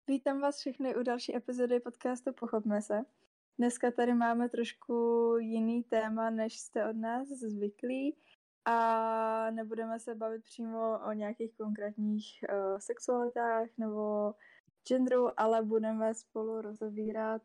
Vítám vás všechny u další epizody podcastu Pochopme se. Dneska tady máme trošku jiný téma, než jste od nás zvyklí a nebudeme se bavit přímo o nějakých konkrétních sexualitách nebo genderu, ale budeme spolu rozovírat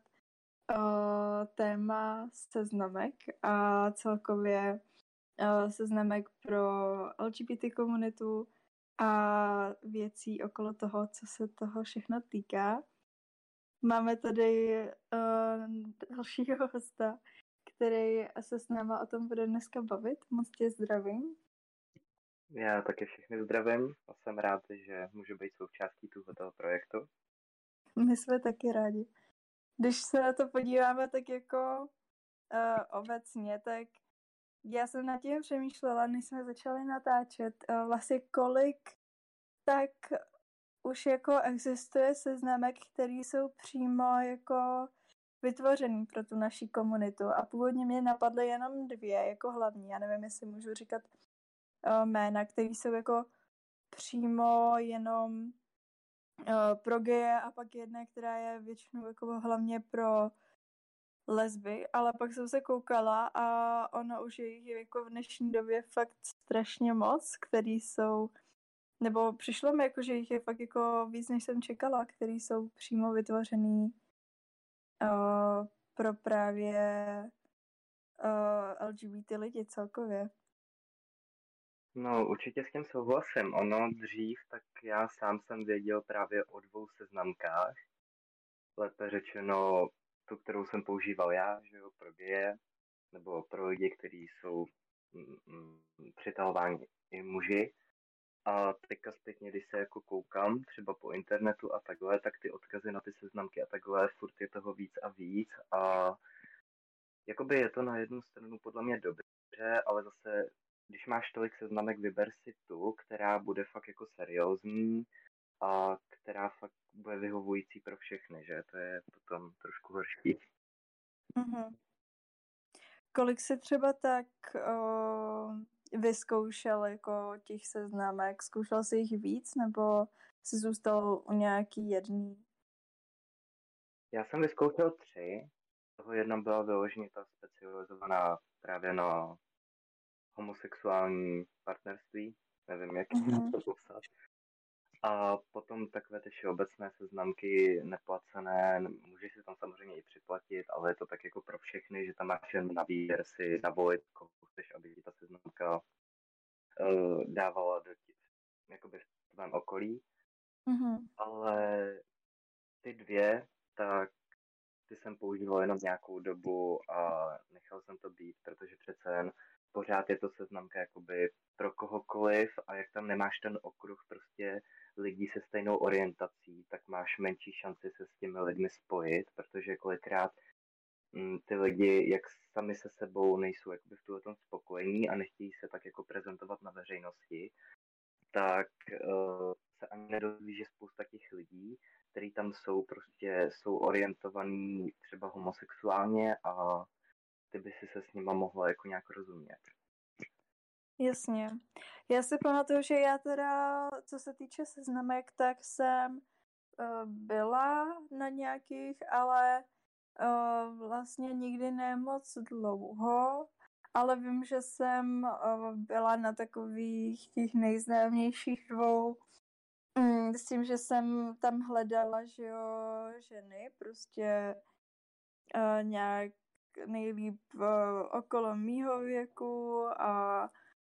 téma seznamek a celkově seznamek pro LGBT komunitu a věcí okolo toho, co se toho všechno týká. Máme tady dalšího hosta, který se s náma o tom bude dneska bavit. Moc tě zdravím. Já taky všechny zdravím a jsem rád, že můžu být součástí tohoto projektu. My jsme taky rádi. Když se na to podíváme tak jako obecně, tak já jsem nad tím přemýšlela, než jsme začali natáčet, vlastně kolik tak už jako existuje seznamek, který jsou přímo jako vytvořený pro tu naší komunitu a původně mě napadly jenom 2 jako hlavní. Já nevím, jestli můžu říkat jména, které jsou jako přímo jenom pro geje a pak jedna, která je většinou jako hlavně pro lesby, ale pak jsem se koukala a ono už je jich jako v dnešní době fakt strašně moc, který jsou, nebo přišlo mi jako, že jich je fakt jako víc, než jsem čekala, který jsou přímo vytvořený pro právě LGBT lidi celkově. No, určitě s tím souhlasím. Ono dřív, tak já sám jsem věděl právě o 2 seznamkách. Lépe řečeno tu, kterou jsem používal já, že jo, pro geje, nebo pro lidi, kteří jsou přitahováni i muži. A teďka zpětně, když se jako koukám třeba po internetu a takhle, tak ty odkazy na ty seznamky a takhle, furt je toho víc a víc a jakoby je to na jednu stranu podle mě dobře, ale zase, když máš tolik seznamek, vyber si tu, která bude fakt jako seriózní a která fakt bude vyhovující pro všechny, že? To je potom trošku horší. Mm-hmm. Kolik jsi třeba tak vyzkoušel jako těch seznamek? Zkoušel jsi jich víc nebo jsi zůstal u nějaký jedný? Já jsem vyzkoušel 3, toho jedna byla vyloženě ta specializovaná právě na homosexuální partnerství, nevím, jak to popsat. A potom takové ty všeobecné seznamky neplacené, můžeš si tam samozřejmě i připlatit, ale je to tak jako pro všechny, že tam máš jen na výběr si navolit, koho chceš, aby ti ta seznamka dávala jakoby v tvém okolí. Mm-hmm. Ale ty 2, tak ty jsem používal jenom nějakou dobu a nechal jsem to být, protože přece jen pořád je to seznamka jakoby pro kohokoliv a jak tam nemáš ten okruh prostě lidí se stejnou orientací, tak máš menší šanci se s těmi lidmi spojit, protože kolikrát ty lidi, jak sami se sebou nejsou jakoby v tuhletom spokojení a nechtějí se tak jako prezentovat na veřejnosti, tak se ani nedozví, že spousta těch lidí, kteří tam jsou, prostě jsou orientovaní třeba homosexuálně a ty by si se s nima mohla jako nějak rozumět. Jasně. Já si pamatuju, že já teda, co se týče seznamek, tak jsem byla na nějakých, ale vlastně nikdy ne moc dlouho, ale vím, že jsem byla na takových těch nejznámějších 2 s tím, že jsem tam hledala, že jo, ženy, prostě nějak nejlíp okolo mýho věku a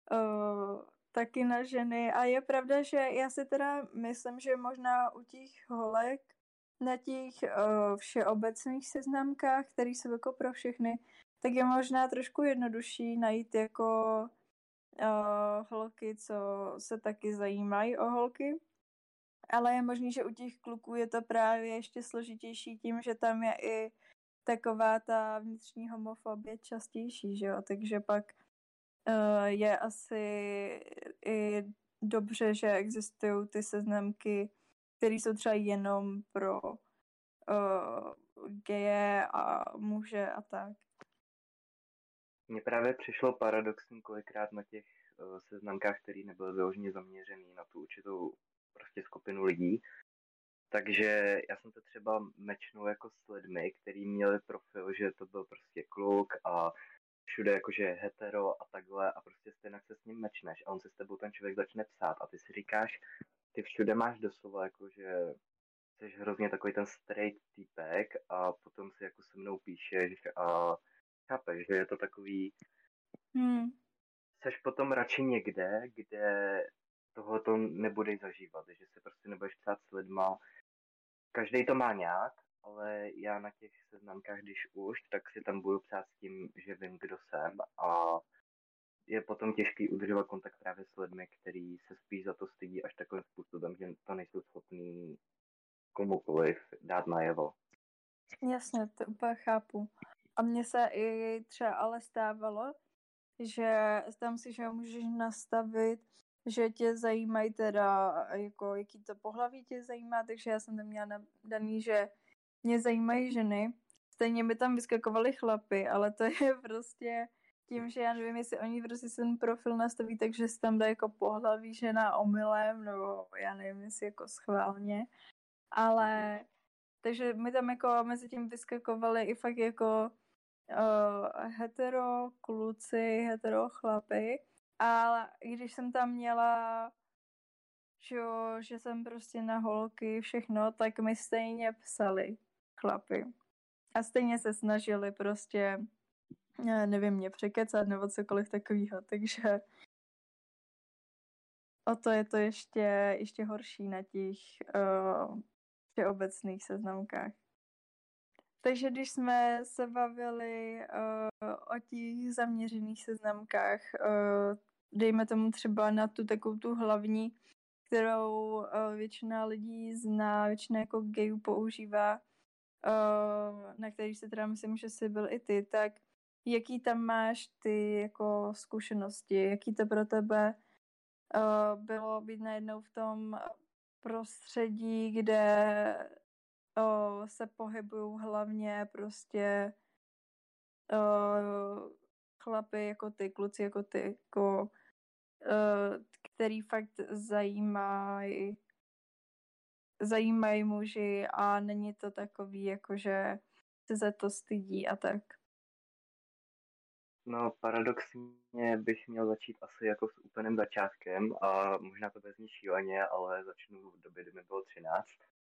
taky na ženy. A je pravda, že já si teda myslím, že možná u těch holek na těch všeobecných seznamkách, které jsou jako pro všechny, tak je možná trošku jednodušší najít jako holky, co se taky zajímají o holky. Ale je možný, že u těch kluků je to právě ještě složitější tím, že tam je i taková ta vnitřní homofobie častější, že jo? Takže pak je asi i dobře, že existují ty seznamky, které jsou třeba jenom pro geje a muže a tak. Mně právě přišlo paradoxní kolikrát na těch seznamkách, který nebyl vyloženě zaměřený na tu určitou prostě skupinu lidí, Takže já jsem to třeba mečnul jako s lidmi, kteří měli profil, že to byl prostě kluk a všude jakože je hetero a takhle a prostě stejně se s ním mečneš a on se s tebou ten člověk začne psát a ty si říkáš, ty všude máš doslova jakože jsi hrozně takový ten straight týpek a potom si jako se mnou píšeš a chápeš, že je to takový, Hmm. seš potom radši někde, kde tohle to nebudeš zažívat, že se prostě nebudeš psát s lidma. Každý to má nějak, ale já na těch seznamkách, když už, tak si tam budu psát s tím, že vím, kdo jsem a je potom těžký udržovat kontakt právě s lidmi, kteří se spíš za to stydí až takovým způsobem, že to nejsou schopní komukoliv dát najevo. Jasně, to úplně chápu. A mně se i třeba ale stávalo, že tam si, že můžeš nastavit, že tě zajímají teda, jako jaký to pohlaví tě zajímá, takže já jsem tam měla daný, že mě zajímají ženy. Stejně mi tam vyskakovaly chlapy, ale to je prostě tím, že já nevím, jestli oni prostě ten profil nastaví, takže si tam dá jako pohlaví žena omylem, nebo já nevím, jestli jako schválně. Ale takže mi tam jako mezi tím vyskakovaly i fakt jako hetero kluci, hetero chlapy, ale když jsem tam měla, že jsem prostě na holky všechno, tak mi stejně psali chlapy. A stejně se snažili prostě, nevím, mě překecat nebo cokoliv takového, takže o to je to ještě horší na těch všeobecných seznamkách. Takže když jsme se bavili o těch zaměřených seznamkách, dejme tomu třeba na tu takovou tu hlavní, kterou většina lidí zná, většina jako gayů používá, na který se teda myslím, že jsi byl i ty, tak jaký tam máš ty jako zkušenosti, jaký to pro tebe bylo být najednou v tom prostředí, kde se pohybují hlavně prostě chlapy jako ty, kluci jako ty, jako, který fakt zajímají muži a není to takový, jako že se za to stydí a tak. No, paradoxně bych měl začít asi jako s úplným začátkem a možná to vezní šíleně, ale začnu v době, kdy mi bylo 13.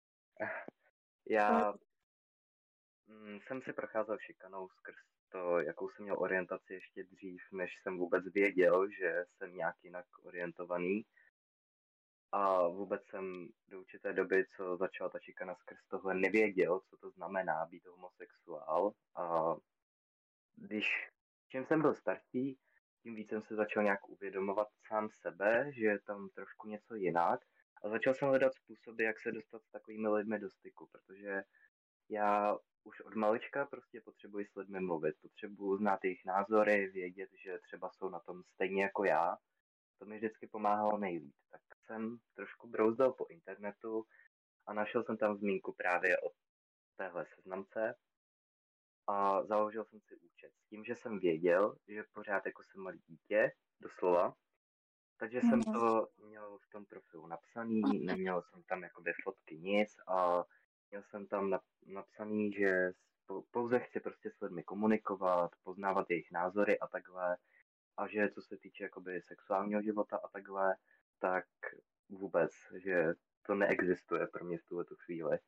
Já jsem si procházel šikanou skrz to, jakou jsem měl orientaci ještě dřív, než jsem vůbec věděl, že jsem nějak jinak orientovaný. A vůbec jsem do určité doby, co začala ta šikana skrz tohle, nevěděl, co to znamená být homosexuál. A když čím jsem byl starší, tím víc jsem se začal nějak uvědomovat sám sebe, že je tam trošku něco jinak. A začal jsem hledat způsoby, jak se dostat s takovými lidmi do styku, protože já už od malička prostě potřebuji s lidmi mluvit, potřebuji znát jejich názory, vědět, že třeba jsou na tom stejně jako já. To mi vždycky pomáhalo nejvíc. Tak jsem trošku brouzdal po internetu a našel jsem tam zmínku právě o téhle seznamce a založil jsem si účet s tím, že jsem věděl, že pořád jako jsem malý dítě, doslova, takže jsem to měl v tom profilu napsaný, neměl jsem tam jakoby fotky nic a měl jsem tam napsaný, že pouze chci prostě s lidmi komunikovat, poznávat jejich názory a takhle a že co se týče jakoby sexuálního života a takhle, tak vůbec, že to neexistuje pro mě v tuhletu chvíli.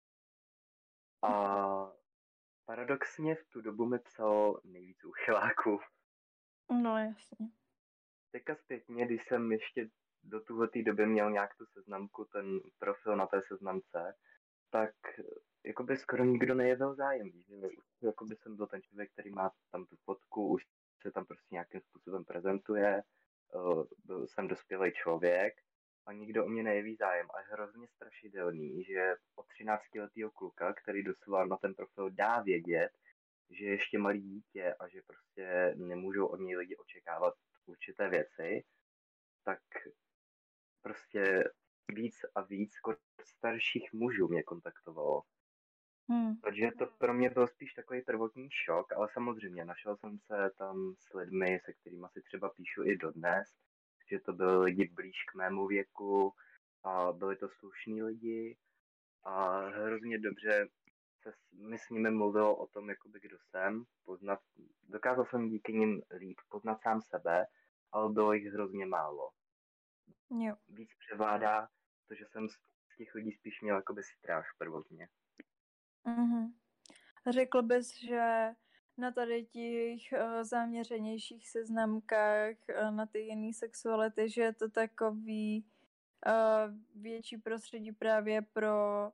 A paradoxně v tu dobu mi psalo nejvíc úchyláků. No jasně. Teďka zpětně, když jsem ještě do tuhleté doby měl nějak tu seznamku, ten profil na té seznamce, tak jakoby skoro nikdo nejevil zájem. Že jakoby jsem byl ten člověk, který má tam tu fotku, už se tam prostě nějakým způsobem prezentuje, byl jsem dospělý člověk a nikdo o mě nejeví zájem. A je hrozně strašidelný, že od 13letého kluka, který doslova na ten profil dá vědět, že je ještě malý dítě a že prostě nemůžou od něj lidi očekávat určité věci, tak prostě víc a víc starších mužů mě kontaktovalo. Takže to pro mě byl spíš takový prvotní šok, ale samozřejmě našel jsem se tam s lidmi, se kterými si třeba píšu i dodnes, že to byli lidi blíž k mému věku a byli to slušní lidi a hrozně dobře mi s nimi mluvilo o tom, jakoby kdo jsem, dokázal jsem díky nim líp poznat sám sebe, ale bylo jich hrozně málo. Jo. Víc převládá to, že jsem z těch lidí spíš měl jakoby strach prvotně. Mhm. Řekl bys, že na tady těch zaměřenějších seznamkách na ty jiné sexuality, že je to takový větší prostředí právě pro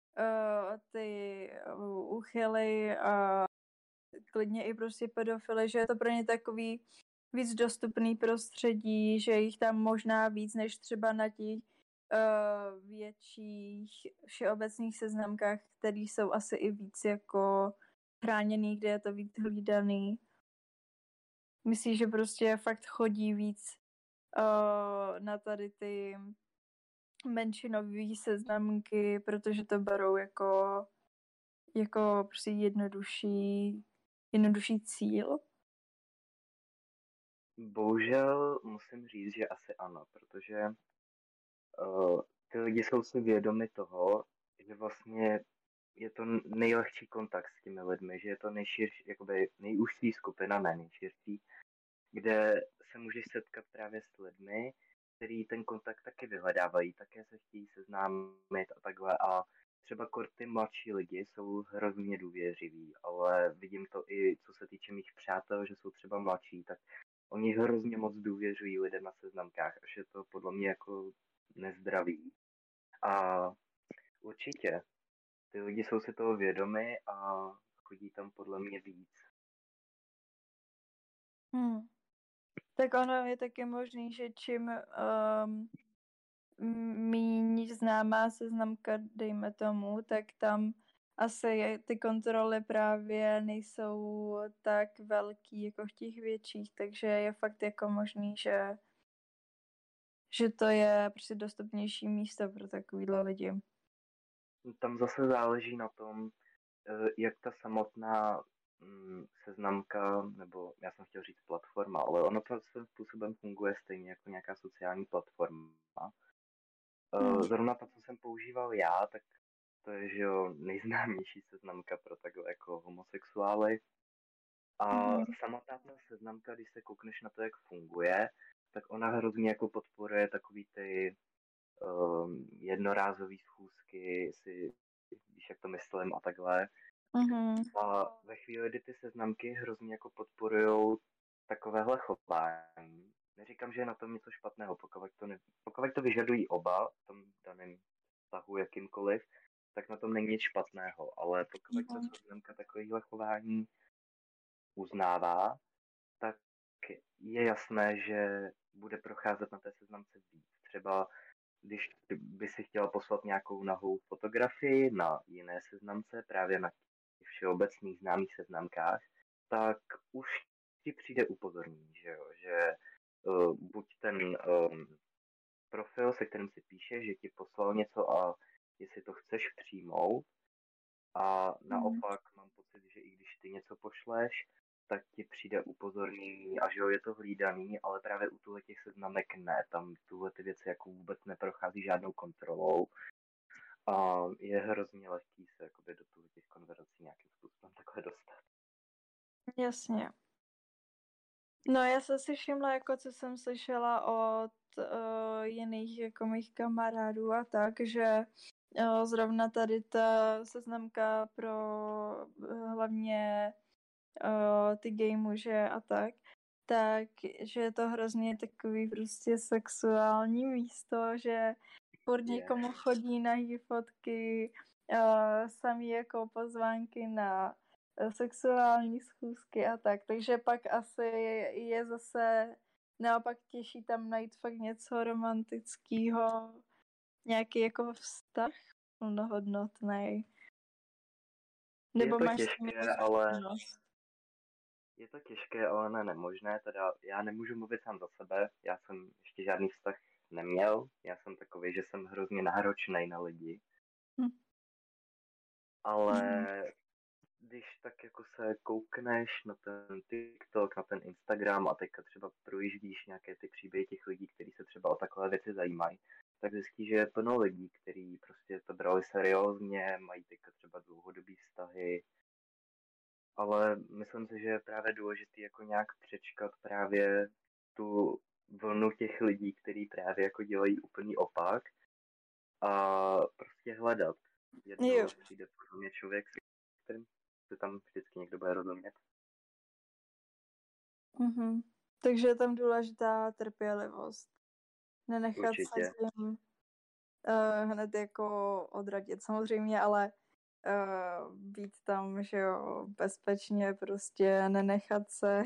ty úchyly a klidně i prostě pedofily, že je to pro ně takový víc dostupný prostředí, že jich tam možná víc než třeba na těch větších všeobecných seznamkách, které jsou asi i víc jako chráněný, kde je to víc hlídaný. Myslíš, že prostě fakt chodí víc na tady ty menšinové seznamky, protože to berou jako prostě jednodušší cíl? Bohužel musím říct, že asi ano, protože ty lidi jsou si vědomi toho, že vlastně je to nejlehčí kontakt s těmi lidmi, že je to jakoby nejúžší skupina, ne nejširší, kde se můžeš setkat právě s lidmi, který ten kontakt taky vyhledávají, také se chtějí seznámit a takhle. A třeba ty mladší lidi jsou hrozně důvěřiví, ale vidím to i co se týče mých přátel, že jsou třeba mladší, tak oni hrozně moc důvěřují lidem na seznamkách, až je to podle mě jako nezdravý. A určitě, ty lidi jsou si toho vědomi a chodí tam podle mě víc. Tak ono je taky možný, že čím míň známá seznamka, dejme tomu, tak tam asi ty kontroly právě nejsou tak velký jako v těch větších, takže je fakt jako možný, že to je prostě dostupnější místo pro takovýhle lidi. Tam zase záleží na tom, jak ta samotná seznamka, nebo já jsem chtěl říct platforma, ale ono to svým způsobem funguje stejně jako nějaká sociální platforma. Zrovna to, co jsem používal já, tak to je, že jo, nejznámější seznamka pro takhle jako homosexuály. A samotná ta seznamka, když se koukneš na to, jak funguje, tak ona hrozně jako podporuje takový ty jednorázový schůzky, si víš, jak to myslím a takhle. A ve chvíli, kdy ty seznamky hrozně jako podporujou takovéhle chování, neříkám, že je na tom něco špatného, pokud to vyžadují oba v tom daném vztahu jakýmkoliv, tak na tom není nic špatného, ale pokud ta seznamka takovýhle chování uznává, tak je jasné, že bude procházet na té seznamce víc. Třeba když by si chtěla poslat nějakou nahou fotografii na jiné seznamce, právě na těch všeobecných známých seznamkách, tak už ti přijde upozornění, že jo, že buď ten profil, se kterým si píše, že ti poslal něco a jestli to chceš přijmout, a naopak mám pocit, že i když ty něco pošleš, tak ti přijde upozornění a že jo, je to hlídaný, ale právě u těch seznamek ne, tam ty věci jako vůbec neprochází žádnou kontrolou a je hrozně lehký se jakoby do těch konverzací nějakým způsobem takhle dostat. Jasně. No já jsem si všimla, jako co jsem slyšela od jiných jako mých kamarádů a tak, že zrovna tady ta seznamka pro hlavně ty gay muže a tak, že je to hrozně takový prostě sexuální místo, že furt někomu chodí nahý fotky, samý jako pozvánky na sexuální schůzky a tak, takže pak asi je zase naopak těžší tam najít fakt něco romantického, nějaký jako vztah plnohodnotný. Nebo je to máš těžké, ale je to těžké, ale ne nemožné, teda já nemůžu mluvit sám za sebe, já jsem ještě žádný vztah neměl, já jsem takový, že jsem hrozně náročný na lidi. Ale když tak jako se koukneš na ten TikTok, na ten Instagram a teďka třeba projíždíš nějaké ty příběhy těch lidí, kteří se třeba o takové věci zajímají, tak zjistí, že je plno lidí, kteří prostě to brali seriózně, mají teďka třeba dlouhodobý vztahy, ale myslím si, že je právě důležité jako nějak přečkat právě tu vlnu těch lidí, kteří právě jako dělají úplný opak a prostě hledat. Jo. Jednou přijde pro mě člověk, s kterým se tam vždycky někdo bude rozumět. Mhm. Takže je tam důležitá trpělivost. Nenechat se Určitě. tím hned jako odradit samozřejmě, ale být tam, že jo, bezpečně, prostě nenechat se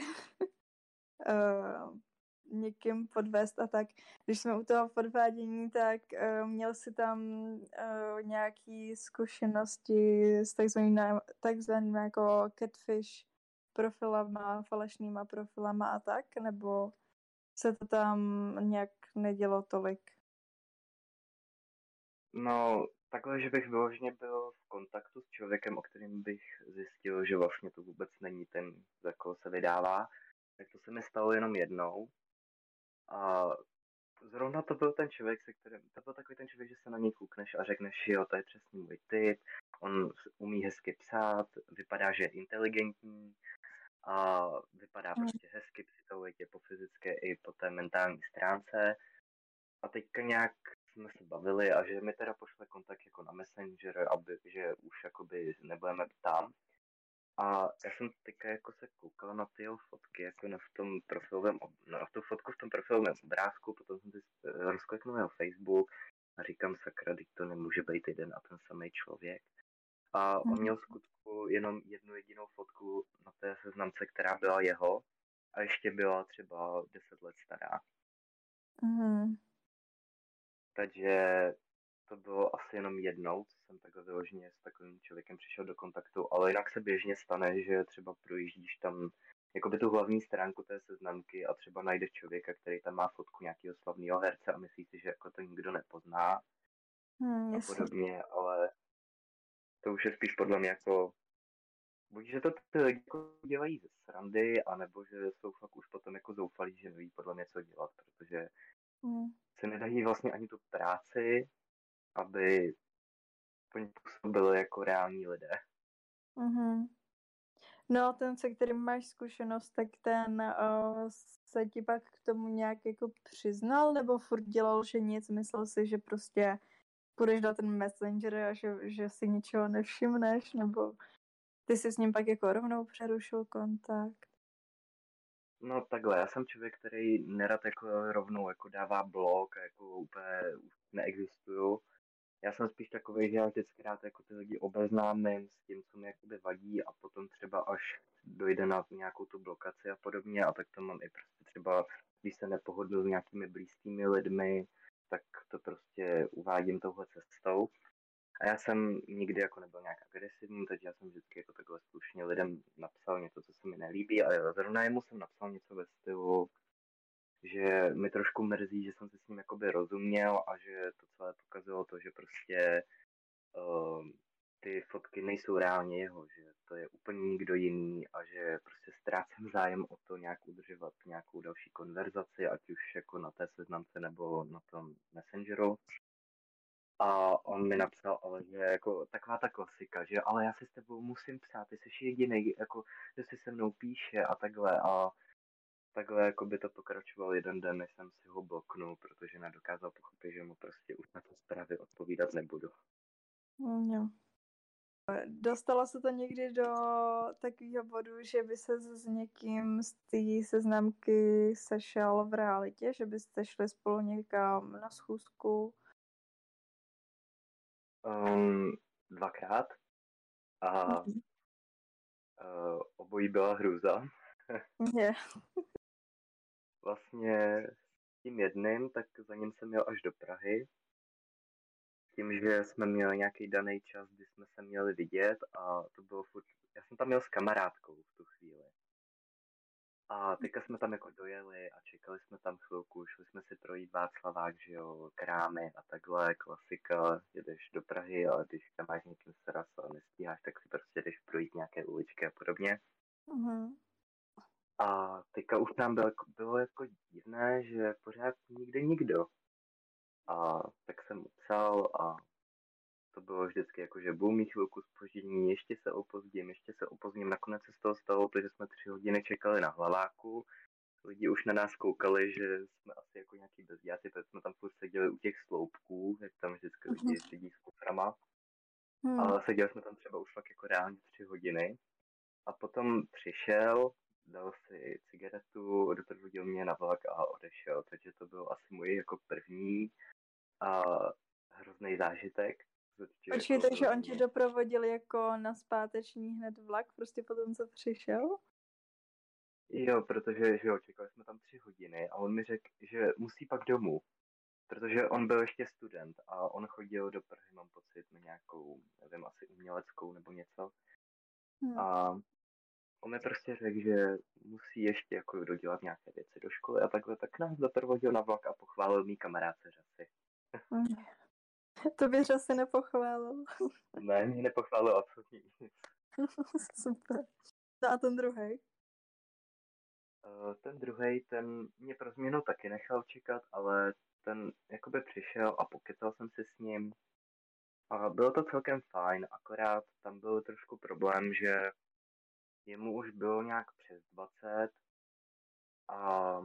někým podvést a tak. Když jsme u toho podvádění, tak měl si tam nějaký zkušenosti s takzvanými jako catfish profilama, falešnýma profilama a tak, nebo se to tam nějak nedělo tolik? No, takhle, že bych vyloženě byl v kontaktu s člověkem, o kterým bych zjistil, že vlastně to vůbec není ten, za koho se vydává, tak to se mi stalo jenom jednou. A zrovna to byl ten člověk, to byl takový ten člověk, že se na něj koukneš a řekneš, jo, to je přesně můj typ, on umí hezky psát, vypadá, že je inteligentní a vypadá Mm. prostě hezky psychologně po fyzické i po té mentální stránce. A teďka nějak jsme se bavili a že mi teda pošle kontakt jako na Messenger, že už jakoby nebudeme tam. A já jsem teďka jako se koukal na ty jeho fotky, jako na v tom profilovém, na tu fotku v tom profilovém obrázku, potom jsem si rozkliknul jeho Facebook a říkám, sakra, teď to nemůže být jeden a ten samý člověk. A on měl v skutku jenom jednu jedinou fotku na té seznamce, která byla jeho a ještě byla třeba 10 let stará. Mm. Takže to bylo asi jenom jednou, co jsem takhle vyloženě s takovým člověkem přišel do kontaktu, ale jinak se běžně stane, že třeba projíždíš tam jakoby tu hlavní stránku té seznamky a třeba najdeš člověka, který tam má fotku nějakého slavného herce a myslíš si, že jako to nikdo nepozná a Jasně. podobně, ale to už je spíš podle mě jako buď, že to ty lidi jako dělají ze srandy, anebo že jsou fakt už potom jako zoufalí, že neví podle mě co dělat, protože Mm. se nedají vlastně ani tu práci, aby aspoň působili jako reální lidé. Mhm. No, ten, se kterým máš zkušenost, tak ten se ti pak k tomu nějak jako přiznal, nebo furt dělal, že nic, myslel si, že prostě půjdeš na ten Messenger a že si ničeho nevšimneš, nebo ty jsi s ním pak jako rovnou přerušil kontakt? No takhle, já jsem člověk, který nerad jako rovnou jako dává blog a jako úplně neexistuju. Já jsem spíš takový, že já vždycky rád jako ty lidi obeznámím s tím, co mi jakoby vadí a potom třeba až dojde na nějakou tu blokaci a podobně a tak to mám i prostě třeba, když se nepohodnu s nějakými blízkými lidmi, tak to prostě uvádím touhle cestou. A já jsem nikdy jako nebyl nějak agresivní, takže já jsem vždycky jako takhle slušně lidem napsal něco, co se mi nelíbí a zrovna jemu jsem napsal něco ve stylu, že mi trošku mrzí, že jsem se s ním jakoby rozuměl a že to celé pokazilo to, že prostě ty fotky nejsou reálně jeho, že to je úplně nikdo jiný a že prostě ztrácím zájem o to nějak udržovat nějakou další konverzaci, ať už jako na té seznamce nebo na tom Messengeru. A on mi napsal, ale že jako taková ta klasika, že ale já si s tebou musím psát, ty jsi jediný, jako, že si se mnou píše a takhle jako by to pokračovalo jeden den, než jsem si ho bloknul, protože nedokázal pochopit, že mu prostě už na to zprávy odpovídat nebudu. Jo. Dostalo se to někdy do takového bodu, že by se s někým z té seznamky sešel v realitě, že byste šli spolu někam na schůzku? Dvakrát a obojí byla hrůza. Je. Vlastně s tím jedným, tak za ním jsem jel až do Prahy, tím, že jsme měli nějaký daný čas, kdy jsme se měli vidět a to bylo furt, já jsem tam měl s kamarádkou v tu chvíli. A teďka jsme tam jako dojeli a čekali jsme tam chvilku, šli jsme si projít Václavák, že jo, krámy a takhle, klasika, jedeš do Prahy a když tam máš někým sraz a nestíháš, tak si prostě jdeš projít nějaké uličky a podobně. Mhm. A teďka už tam bylo jako divné, že pořád nikde nikdo. A tak jsem mu psal a to bylo vždycky jako, že budu mít chvilku zpoždění, ještě se opozdím. Nakonec se z toho stalo to, že jsme 3 hodiny čekali na hlaváku. Lidi už na nás koukali, že jsme asi jako nějaký bezděláci, protože jsme tam furt seděli u těch sloupků, jak tam vždycky lidi sedí s kuframa. Hmm. Ale seděli jsme tam třeba už fakt jako reálně 3 hodiny. A potom přišel, dal si cigaretu, doprovodil mě na vlak a odešel. Takže to byl asi můj jako první a hrozný zážitek. Protože Počkej, jako takže on tě vyloženě. doprovodil jako na zpáteční hned vlak, prostě potom, co přišel? Jo, protože že jo, čekali jsme tam 3 hodiny a on mi řekl, že musí pak domů, protože on byl ještě student a on chodil do Prahy, mám pocit, na nějakou, nevím, asi uměleckou nebo něco. Hmm. A on mi prostě řekl, že musí ještě jako dodělat nějaké věci do školy a takhle, tak nás doprovodil na vlak a pochválil mý kamarádce řasy. Hmm. To bych asi nepochválil. Ne, mě nepochválil absolutně nic. Super. No a ten druhý? Ten druhý, ten mě pro změnu taky nechal čekat, ale ten jakoby přišel a pokecal jsem si s ním. A bylo to celkem fajn, akorát tam byl trošku problém, že jemu už bylo nějak přes 20 a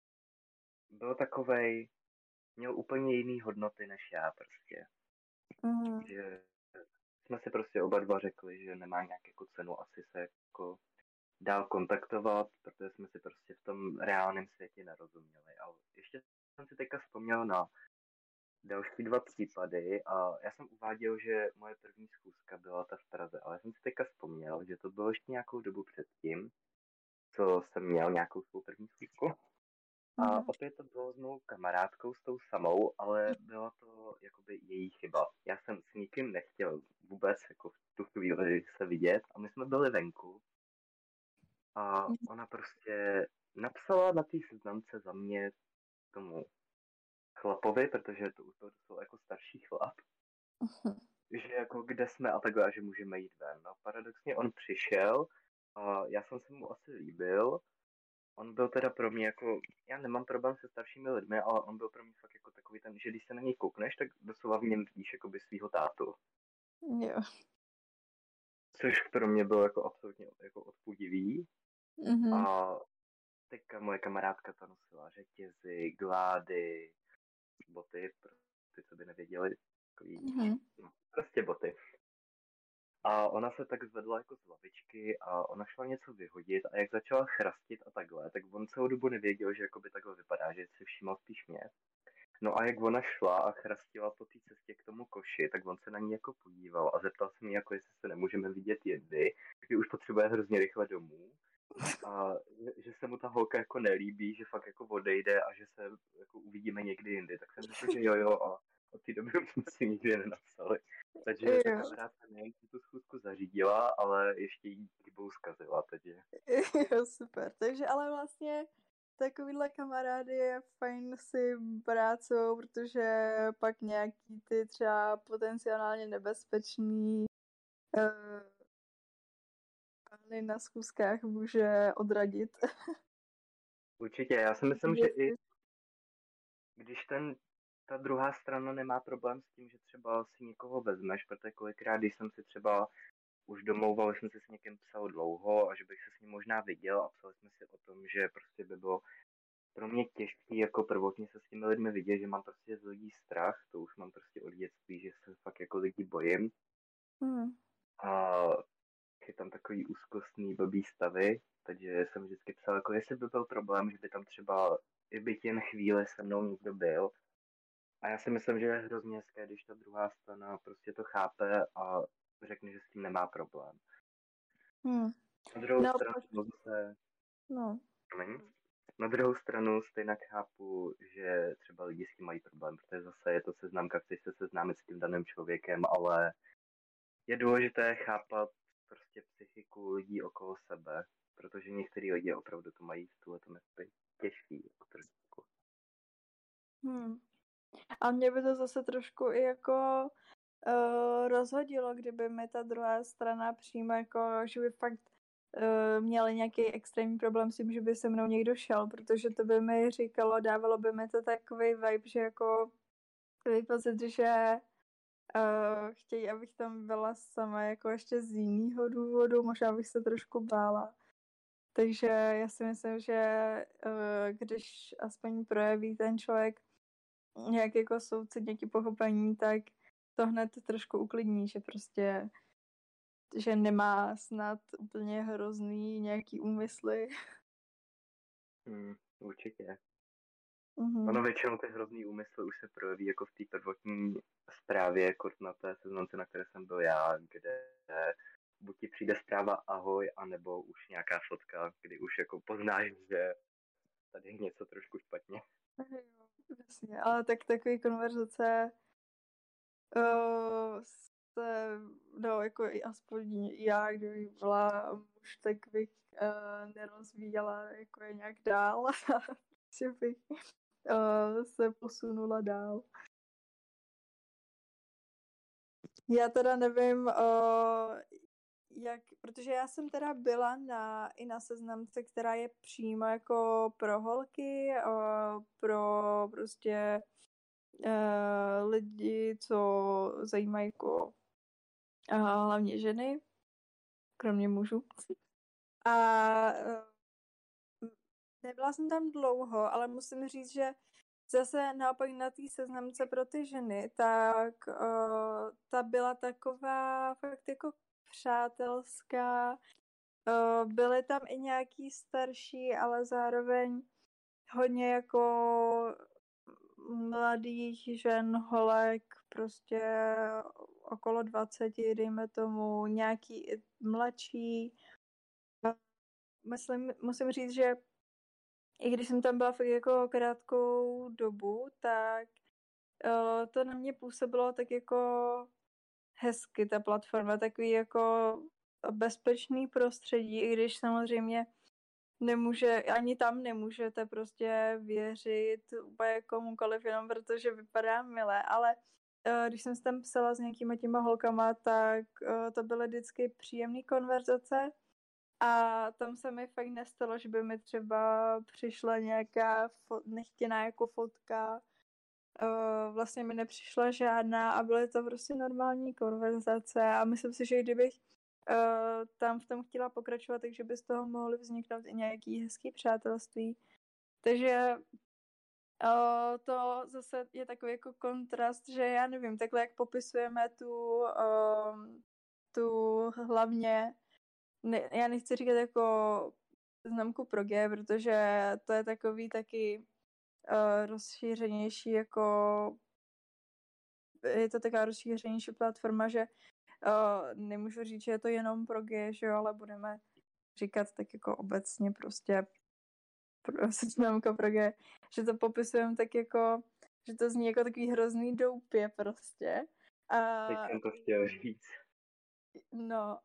byl takovej, měl úplně jiný hodnoty než já prostě. Mhm. Že jsme si prostě oba dva řekli, že nemá nějak jako cenu asi se jako dál kontaktovat, protože jsme si prostě v tom reálném světě nerozuměli. Ale ještě jsem si teďka vzpomněl na další 2 případy a já jsem uváděl, že moje první schůzka byla ta v Praze, ale já jsem si teďka vzpomněl, že to bylo ještě nějakou dobu předtím, co jsem měl nějakou svou první schůzku. Mhm. A opět to bylo s mou kamarádkou, s tou samou, ale byla to jakoby její chyba. Já jsem s nikým nechtěl vůbec jako v tu chvíli se vidět a my jsme byli venku a ona prostě napsala na té seznamce za mě tomu chlapovi, protože to už byl jako starší chlap, že jako kde jsme a takhle, a že můžeme jít ven. No paradoxně on přišel a já jsem se mu asi líbil. On byl teda pro mě jako, já nemám problém se staršími lidmi, ale on byl pro mě fakt jako takový ten, že když se na něj koukneš, tak doslova v něm vidíš jakoby svýho tátu. Jo. Což pro mě bylo jako absolutně jako odpudivý. Mhm. A teďka moje kamarádka ta nosila řetězy, glády, boty, pro ty, co by nevěděli, takový, Mhm. no, prostě boty. A ona se tak zvedla jako z lavičky a ona šla něco vyhodit a jak začala chrastit a takhle, tak on celou dobu nevěděl, že jakoby takhle vypadá, že si všímal spíš mě. No a jak ona šla a chrastila po té cestě k tomu koši, tak on se na ní jako podíval a zeptal se mě, jako jestli se nemůžeme vidět jindy, že už potřebuje hrozně rychle domů a že se mu ta holka jako nelíbí, že fakt jako odejde a že se jako uvidíme někdy jindy. Tak jsem řekl, že jo a od té doby už jsme si nikdy nenapsali. Takže ta Jo. kamarádka nejen tu schůzku zařídila, ale ještě jí chybou zkazila, takže. Jo, super. Takže ale vlastně takovýhle kamarády je fajn si brát sebou, protože pak nějaký ty třeba potenciálně nebezpečný pány na schůzkách může odradit. Určitě, já si myslím, že i když ta druhá strana nemá problém s tím, že třeba si někoho vezmeš, protože kolikrát, když jsem si třeba už domlouval, že jsem si s někým psal dlouho a že bych se s ním možná viděl a psali jsme si o tom, že prostě by bylo pro mě těžký jako prvotně se s těmi lidmi vidět, že mám prostě z lidí strach, to už mám prostě od dětství, že se fakt jako lidí bojím a chytám takový úzkostný blbý stavy, takže jsem vždycky psal, jako jestli by byl problém, že by tam třeba i by jen chvíli se mnou někdo byl. A já si myslím, že je hrozně hezké, když ta druhá strana prostě to chápe a řekne, že s tím nemá problém. Na druhou No, stranu zase, no. na druhou stranu stejně chápu, že třeba lidi s tím mají problém, protože zase je to seznamka, chceš se seznámit s tím daným člověkem, ale je důležité chápat prostě psychiku lidí okolo sebe, protože některý lidi opravdu to mají v tuhletom těžký. Trošku. A mě by to zase trošku i jako rozhodilo, kdyby mi ta druhá strana přímo jako, že by fakt měli nějaký extrémní problém s tím, že by se mnou někdo šel, protože to by mi říkalo, dávalo by mi to takový vibe, že jako takový pocit, že chtějí, abych tam byla sama jako ještě z jiného důvodu, možná bych se trošku bála. Takže já si myslím, že když aspoň projeví ten člověk nějak jako soucit, nějaký pochopení, tak to hned trošku uklidní, že prostě že nemá snad úplně hrozný nějaký úmysly. Určitě. Mhm. Ono většinou ty hrozný úmysly už se projeví jako v té prvotní zprávě, kort na té seznamce, na které jsem byl já, kde buď ti přijde zpráva ahoj, anebo už nějaká fotka, kdy už jako poznáš, že tady je něco trošku špatně. Jasně, ale tak takový konverzace se, no, jako i aspoň já, kdybych byla muž, tak bych nerozvíjela jako je nějak dál, že bych se posunula dál. Já teda nevím, jak, protože já jsem teda byla i na seznamce, která je přímo jako pro holky, pro prostě lidi, co zajímají jako hlavně ženy, kromě mužů. A nebyla jsem tam dlouho, ale musím říct, že zase naopak na té seznamce pro ty ženy, tak ta byla taková fakt jako přátelská. Byly tam i nějaký starší, ale zároveň hodně jako mladých žen, holek, prostě okolo 20, dejme tomu, nějaký i mladší. Musím říct, že i když jsem tam byla fakt jako krátkou dobu, tak to na mě působilo tak jako hezky, ta platforma, takový jako bezpečný prostředí, i když samozřejmě ani tam nemůžete prostě věřit úplně komukoliv, jenom protože vypadá milé, ale když jsem si tam psala s nějakýma těma holkama, tak to byly vždycky příjemné konverzace a tam se mi fakt nestalo, že by mi třeba přišla nějaká nechtěná jako fotka, vlastně mi nepřišla žádná a byly to prostě normální konverzace a myslím si, že kdybych tam v tom chtěla pokračovat, takže by z toho mohly vzniknout i nějaký hezký přátelství. Takže to zase je takový jako kontrast, že já nevím, takhle jak popisujeme tu hlavně, já nechci říkat jako známku pro G, protože to je takový taky rozšířenější jako je to taková rozšířenější platforma, že nemůžu říct, že je to jenom pro G, že jo, ale budeme říkat tak jako obecně prostě seznamka pro G, že to popisujeme tak jako, že to zní jako takový hrozný doupě prostě. Teď jsem to chtěl říct. No,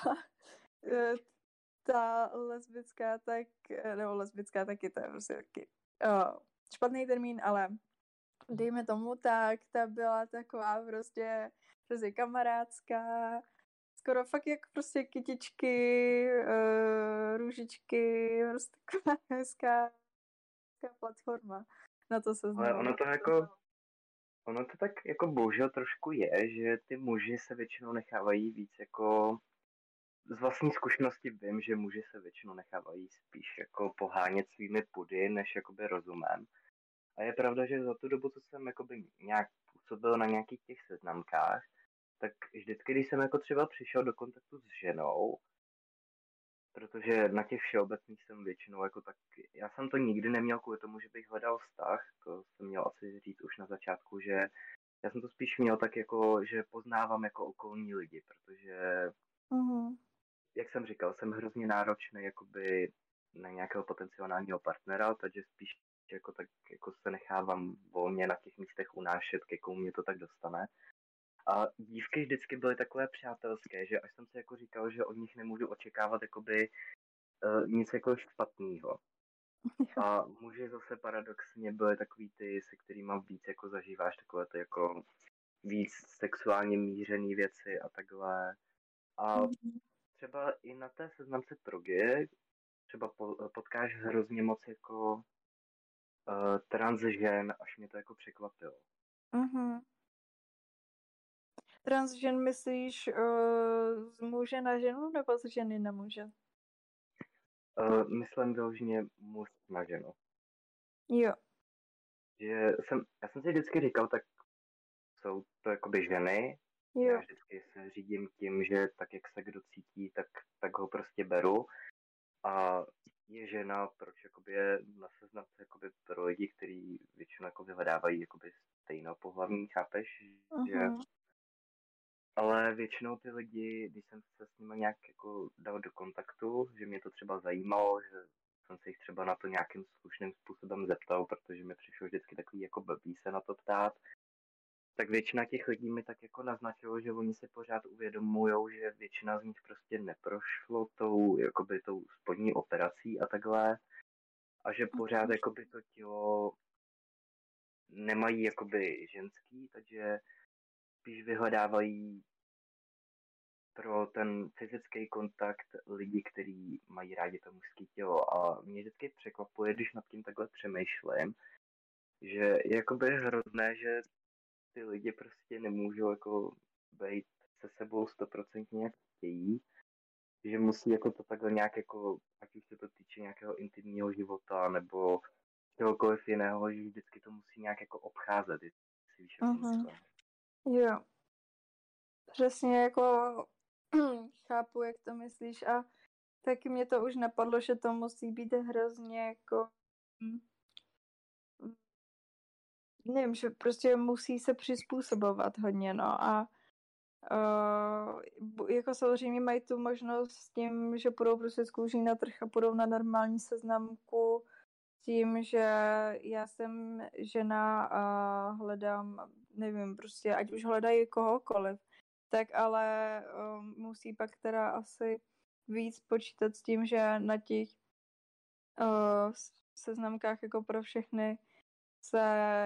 ta lesbická nebo lesbická taky, to je prostě taky špatný termín, ale dejme tomu tak, ta byla taková prostě kamarádská, skoro fakt jak prostě kytičky, růžičky, prostě taková hezká platforma. Na to se Ale znám. ono to tak jako bohužel trošku je, že ty muži se většinou nechávají víc jako z vlastní zkušenosti vím, že muži se většinou nechávají spíš jako pohánět svými pudy, než jakoby rozumem. A je pravda, že za tu dobu, co jsem jakoby nějak působil na nějakých těch seznamkách, tak vždycky, když jsem jako třeba přišel do kontaktu s ženou, protože na těch všeobecných jsem většinou jako tak, já jsem to nikdy neměl kvůli tomu, že bych hledal vztah, to jsem měl asi říct už na začátku, že já jsem to spíš měl tak jako, že poznávám jako okolní lidi, protože jak jsem říkal, jsem hrozně náročný jakoby na nějakého potenciálního partnera, takže spíš jako tak jako se nechávám volně na těch místech unášet, ke komu mě to tak dostane. A dívky vždycky byly takové přátelské, že až jsem si jako říkal, že od nich nemůžu očekávat jakoby nic jako špatného. A muži zase paradoxně byly takový ty, se kterými víc jako zažíváš takové ty jako víc sexuálně mířený věci a takhle. A třeba i na té seznamce progy třeba potkáš hrozně moc jako trans žen, až mě to jako překvapilo. Mhm. Transžen myslíš z muže na ženu nebo z ženy na muže? Myslím vyloženě muž na ženu. Jo. Já jsem si vždycky říkal, tak jsou to jakoby ženy. Jo. Já vždycky se řídím tím, že tak, jak se kdo cítí, tak ho prostě beru. A je žena, proč jakoby je na seznamce jakoby pro lidi, kteří většinou jako vyhledávají jakoby stejnopohlavní, chápeš? Že Mhm. ale většinou ty lidi, když jsem se s nimi nějak jako dal do kontaktu, že mě to třeba zajímalo, že jsem se jich třeba na to nějakým slušným způsobem zeptal, protože mi přišlo vždycky takový jako blbý se na to ptát, tak většina těch lidí mi tak jako naznačilo, že oni si pořád uvědomujou, že většina z nich prostě neprošlo tou spodní operací a takhle, a že pořád jakoby to tělo nemají jakoby ženský, takže spíš vyhledávají pro ten fyzický kontakt lidi, kteří mají rádi to mužské tělo. A mě vždycky překvapuje, když nad tím takhle přemýšlím, že je jakoby hrozné, že ty lidi prostě nemůžou jako být se sebou 100% jak chtějí, že musí jako to takhle nějak jako, ať už se to týče nějakého intimního života nebo čehokoliv jiného, že vždycky to musí nějak jako obcházet, jestli víš, jak to myslím. Jo. Přesně jako chápu, jak to myslíš a taky mě to už napadlo, že to musí být hrozně jako nevím, že prostě musí se přizpůsobovat hodně, no a jako samozřejmě mají tu možnost s tím, že půjdou prostě z kůží na trh a půjdou na normální seznamku s tím, že já jsem žena a hledám, nevím, prostě ať už hledají kohokoliv, tak ale musí pak teda asi víc počítat s tím, že na těch seznamkách jako pro všechny se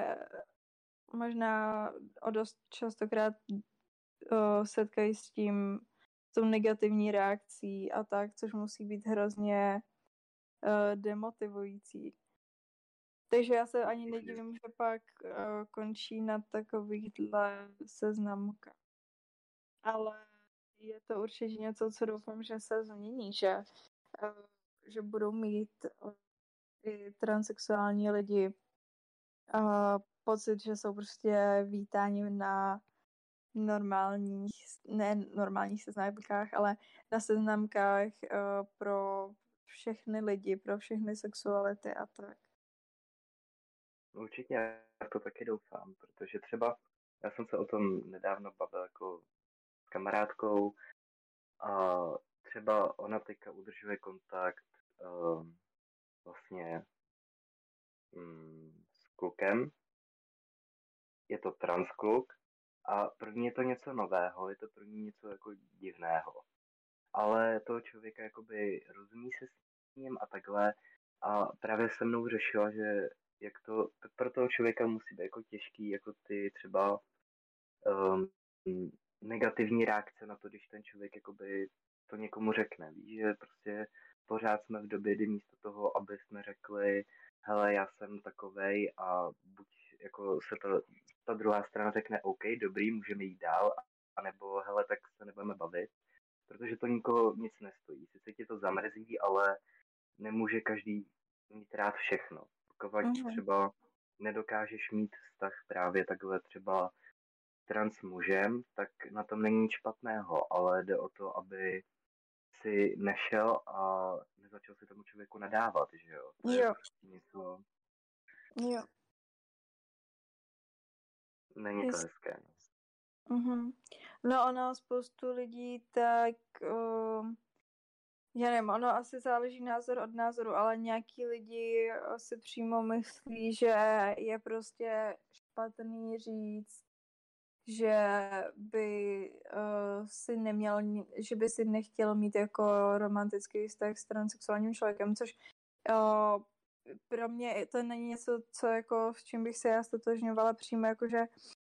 možná o dost častokrát setkají s tím, s tou negativní reakcí a tak, což musí být hrozně demotivující. Takže já se ani nedivím, že pak končí na takovýchhle seznamkách. Ale je to určitě něco, co doufám, že se změní, že budou mít i transsexuální lidi pocit, že jsou prostě vítáni na normálních seznamkách, ale na seznamkách pro všechny lidi, pro všechny sexuality a tak. Určitě já to taky doufám, protože třeba já jsem se o tom nedávno bavil jako s kamarádkou a třeba ona teďka udržuje kontakt vlastně s klukem. Je to transkluk a pro ní je to něco nového, je to pro ní něco jako divného. Ale toho člověka jakoby rozumí se s ním a takhle a právě se mnou řešila, že jak to pro toho člověka musí být jako těžký, jako ty třeba um, negativní reakce na to, když ten člověk jakoby to někomu řekne. Víš, že prostě pořád jsme v době, kdy místo toho, aby jsme řekli, hele, já jsem takovej a buď jako se ta druhá strana řekne, OK, dobrý, můžeme jít dál, anebo hele, tak se nebudeme bavit, protože to nikoho nic nestojí. Sice ti to zamrzí, ale nemůže každý mít rád všechno. Pokud třeba nedokážeš mít vztah právě takhle třeba trans mužem, tak na tom není nic špatného, ale jde o to, aby si nešel a nezačal si tomu člověku nadávat, že jo? To je prostě něco... Jo. Není to hezké. No. No ono spoustu lidí tak já nevím, ono asi záleží názor od názoru, ale nějaký lidi si přímo myslí, že je prostě špatný říct, že by si neměl, že by si nechtěl mít jako romantický vztah s transsexuálním člověkem, což pro mě to není něco, co jako s čím bych se já stotožňovala přímo, jakože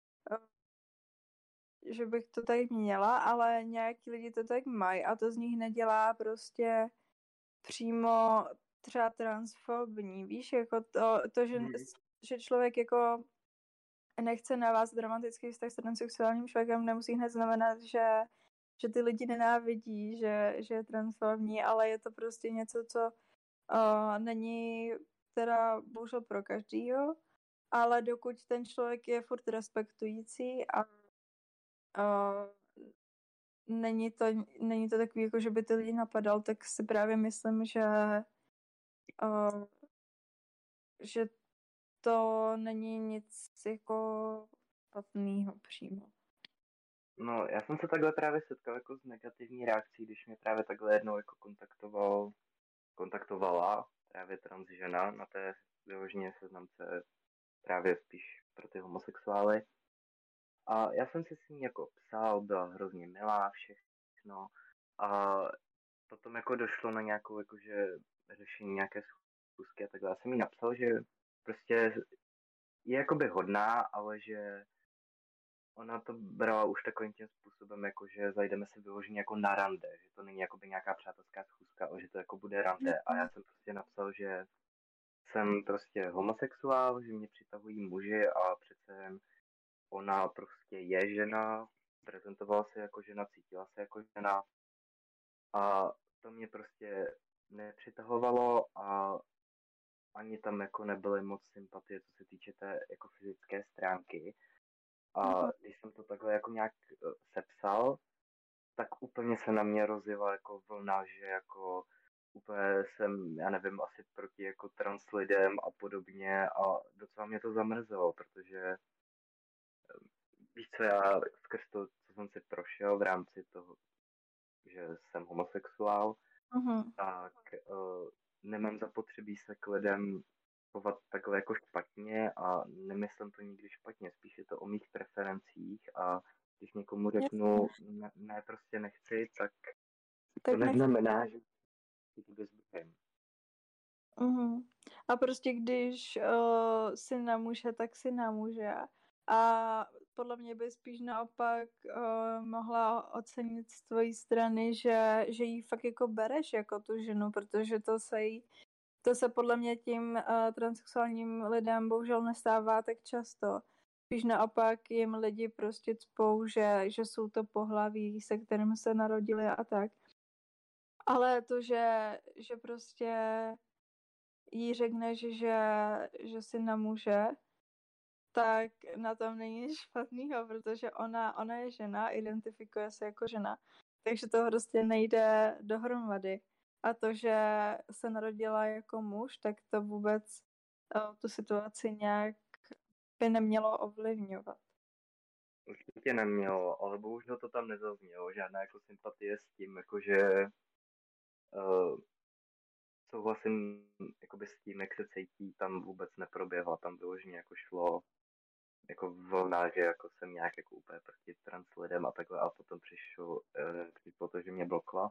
že bych to tak měla, ale nějaký lidi to tak mají a to z nich nedělá prostě přímo třeba transfobní, víš, jako to že člověk jako nechce navázat dramatický vztah s transsexuálním člověkem, nemusí hned znamenat, že ty lidi nenávidí, že je transformní, ale je to prostě něco, co není teda bohužel pro každýho, ale dokud ten člověk je furt respektující a není to takový, jako že by ty lidi napadal, tak si právě myslím, že to není nic jako špatného přímo. No, já jsem se takhle právě setkal jako s negativní reakcí, když mě právě takhle jednou jako kontaktovala právě trans žena na té vyloženě seznamce právě spíš pro ty homosexuály. A já jsem si s ní jako psal, byla hrozně milá, všechno. A potom jako došlo na nějakou jakože řešení nějaké schůzky a takhle. Já jsem jí napsal, že prostě je jakoby hodná, ale že ona to brala už takovým tím způsobem, jako že zajdeme si vyloženě jako na rande, že to není jakoby nějaká přátelská schůzka, ale že to jako bude rande. A já jsem prostě napsal, že jsem prostě homosexuál, že mě přitahují muži a přece jen ona prostě je žena, prezentovala se jako žena, cítila se jako žena a to mě prostě nepřitahovalo a ani tam jako nebyly moc sympatie, co se týče té jako fyzické stránky. A když jsem to takhle jako nějak sepsal, tak úplně se na mě rozjela jako vlna, že jako úplně jsem, já nevím, asi proti jako trans lidem a podobně a docela mě to zamrzelo, protože víš co, já skrz to, co jsem si prošel v rámci toho, že jsem homosexuál, tak nemám zapotřebí se k lidem chovat takhle jako špatně a nemyslím to nikdy špatně, spíš je to o mých preferencích a když někomu řeknu ne prostě nechci, tak to neznamená, že chci bez druhým. A prostě když si na muže, tak si na muže. A podle mě by spíš naopak mohla ocenit z tvojí strany, že jí fakt jako bereš jako tu ženu, protože to se podle mě tím transsexuálním lidem bohužel nestává tak často. Spíš naopak jim lidi prostě cpou, že jsou to pohlaví, se kterým se narodili a tak. Ale to, že prostě jí řekneš, že si na muže, tak na tom není nic špatného, protože ona je žena, identifikuje se jako žena, takže to prostě nejde dohromady. A to, že se narodila jako muž, tak to vůbec tu situaci nějak by nemělo ovlivňovat. Určitě nemělo, ale bohužel to tam nezaznělo, žádná jako sympatie s tím, jakože souhlasím jakoby s tím, jak se cítí, tam vůbec neproběhla, tam vyloženě jako šlo jako vlna, že jako jsem nějak jako úplně proti trans lidem a takhle a potom přišlo to, že mě blokla.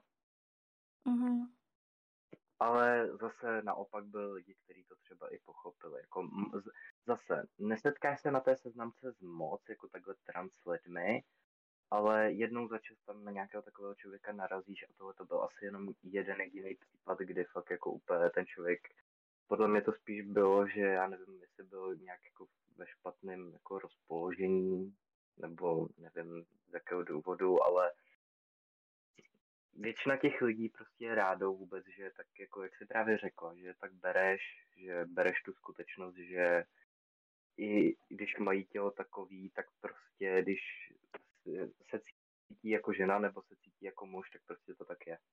Ale zase naopak byli lidi, kteří to třeba i pochopili. Jako zase nesetkáš se na té seznamce z moc, jako takhle trans lidmi, ale jednou za čas tam na nějakého takového člověka narazíš a tohle to byl asi jenom jeden jediný případ, kdy fakt jako úplně ten člověk, podle mě to spíš bylo, že já nevím, jestli byl nějak jako ve špatném jako rozpoložení, nebo nevím z jakého důvodu, ale většina těch lidí prostě je rádou vůbec, že tak jako, jak jsi právě řekla, že tak bereš tu skutečnost, že i když mají tělo takový, tak prostě když se cítí jako žena nebo se cítí jako muž, tak prostě to tak je.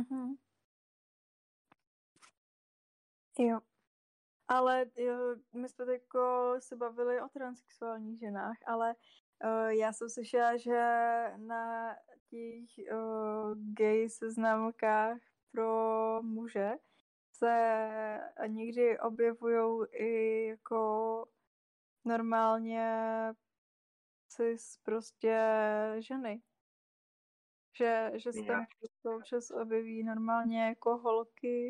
Jo. Ale my jsme jako se bavili o transsexuálních ženách, ale já jsem slyšela, že na těch gay seznamkách pro muže se někdy objevují i jako normálně cis prostě ženy. Že se tam občas objeví normálně jako holky.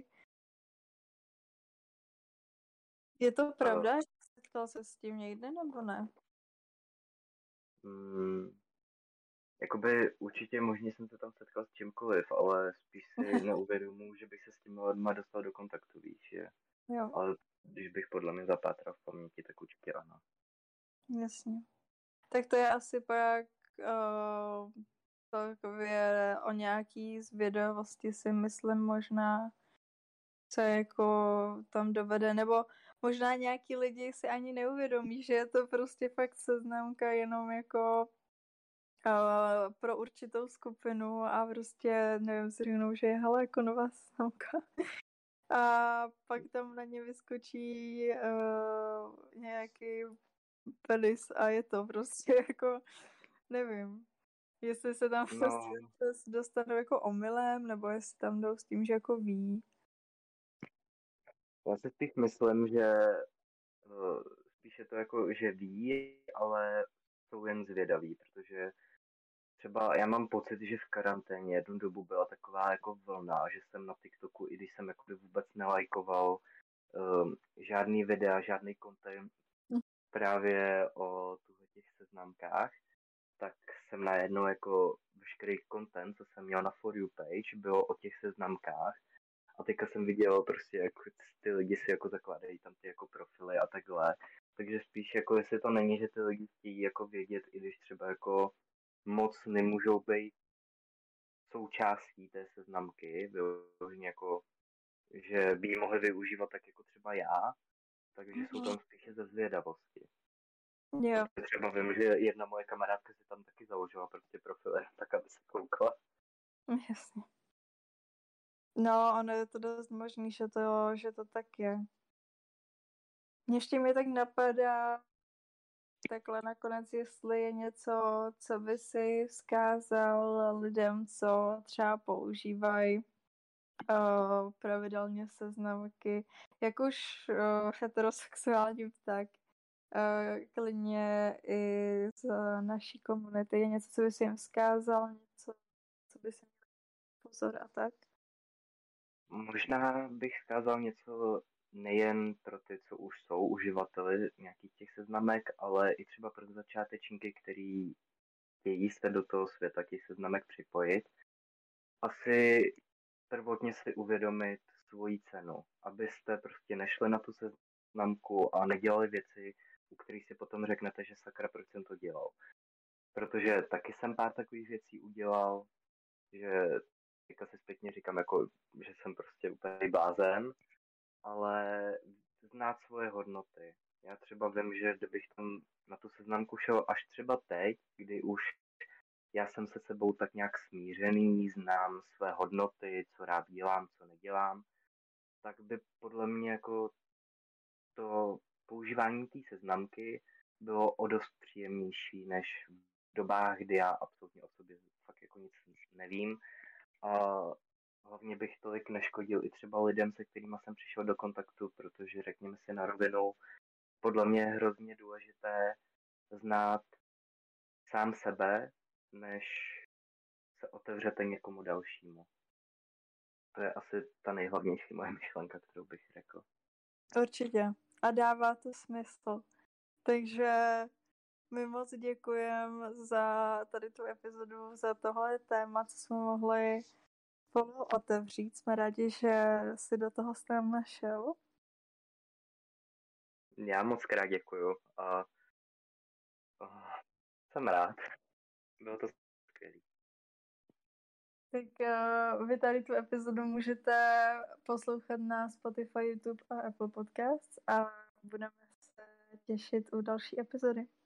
Je to pravda? Setkal se s tím někde nebo ne? Jakoby určitě možně jsem se tam setkal s čímkoliv, ale spíš si neuvědomuji, že bych se s těmi lidma dostal do kontaktu, víš, že? Jo. Ale když bych podle mě zapátral v paměti, tak určitě ano. Jasně. Tak to je asi pak celkově o nějaký zvědavosti si myslím možná, co jako tam dovede, nebo možná nějaký lidi si ani neuvědomí, že je to prostě fakt seznamka jenom jako pro určitou skupinu a prostě nevím, si řeknou, že je hele jako nová seznamka. A pak tam na ně vyskočí nějaký penis a je to prostě jako, nevím, jestli se tam prostě dostanou jako omylem, nebo jestli tam jdou s tím, že jako ví. Já si spíš myslím, že spíše to jako, že ví, ale jsou jen zvědaví, protože třeba já mám pocit, že v karanténě jednu dobu byla taková jako vlna, že jsem na TikToku, i když jsem jako vůbec nelajkoval žádný videa, žádný content právě o těch seznamkách, tak jsem najednou jako veškerý content, co jsem měl na For You page, bylo o těch seznamkách. A teďka jsem viděl prostě, jak ty lidi si jako zakládají tam ty jako profily a takhle. Takže spíš jako, jestli to není, že ty lidi chtějí jako vědět, i když třeba jako moc nemůžou být součástí té seznamky, vyloženě jako, že by ji mohli využívat tak jako třeba já, takže jsou tam spíše ze zvědavosti. Jo. Třeba vím, že jedna moje kamarádka si tam taky založila prostě profil, tak aby se koukala. Jasně. No, ono je to dost možný, že to tak je. Ještě mi tak napadá takhle nakonec, jestli je něco, co by si vzkázal lidem, co třeba používají pravidelně seznamky, jak už heterosexuální pták, klidně i z naší komunity. Je něco, co by si jim vzkázal, něco, co by si měl pozor a tak? Možná bych vzkázal něco nejen pro ty, co už jsou uživateli nějakých těch seznamek, ale i třeba pro začátečníky, který chtějí se do toho světa těch seznamek připojit. Asi prvotně si uvědomit svoji cenu, abyste prostě nešli na tu seznamku a nedělali věci, u kterých si potom řeknete, že sakra, proč jsem to dělal. Protože taky jsem pár takových věcí udělal, že teďka si zpětně říkám, jako, že jsem prostě úplně blázen, ale znát svoje hodnoty. Já třeba vím, že kdybych tam na tu seznamku šel až třeba teď, kdy už já jsem se sebou tak nějak smířený, znám své hodnoty, co rád dělám, co nedělám, tak by podle mě jako to používání té seznamky bylo o dost příjemnější než v dobách, kdy já absolutně o sobě fakt jako nic nevím. A hlavně bych tolik neškodil i třeba lidem, se kterými jsem přišel do kontaktu, protože řekněme si na rovinu, podle mě je hrozně důležité znát sám sebe, než se otevřete někomu dalšímu. To je asi ta nejhlavnější moje myšlenka, kterou bych řekl. Určitě. A dává to smysl. Takže my moc děkujeme za tady tu epizodu, za tohle téma, co jsme mohli spolu otevřít. Jsme rádi, že jsi do toho s námi našel. Já moc krát děkuju a jsem rád. Bylo to skvělé. Tak vy tady tu epizodu můžete poslouchat na Spotify, YouTube a Apple Podcasts a budeme se těšit u další epizody.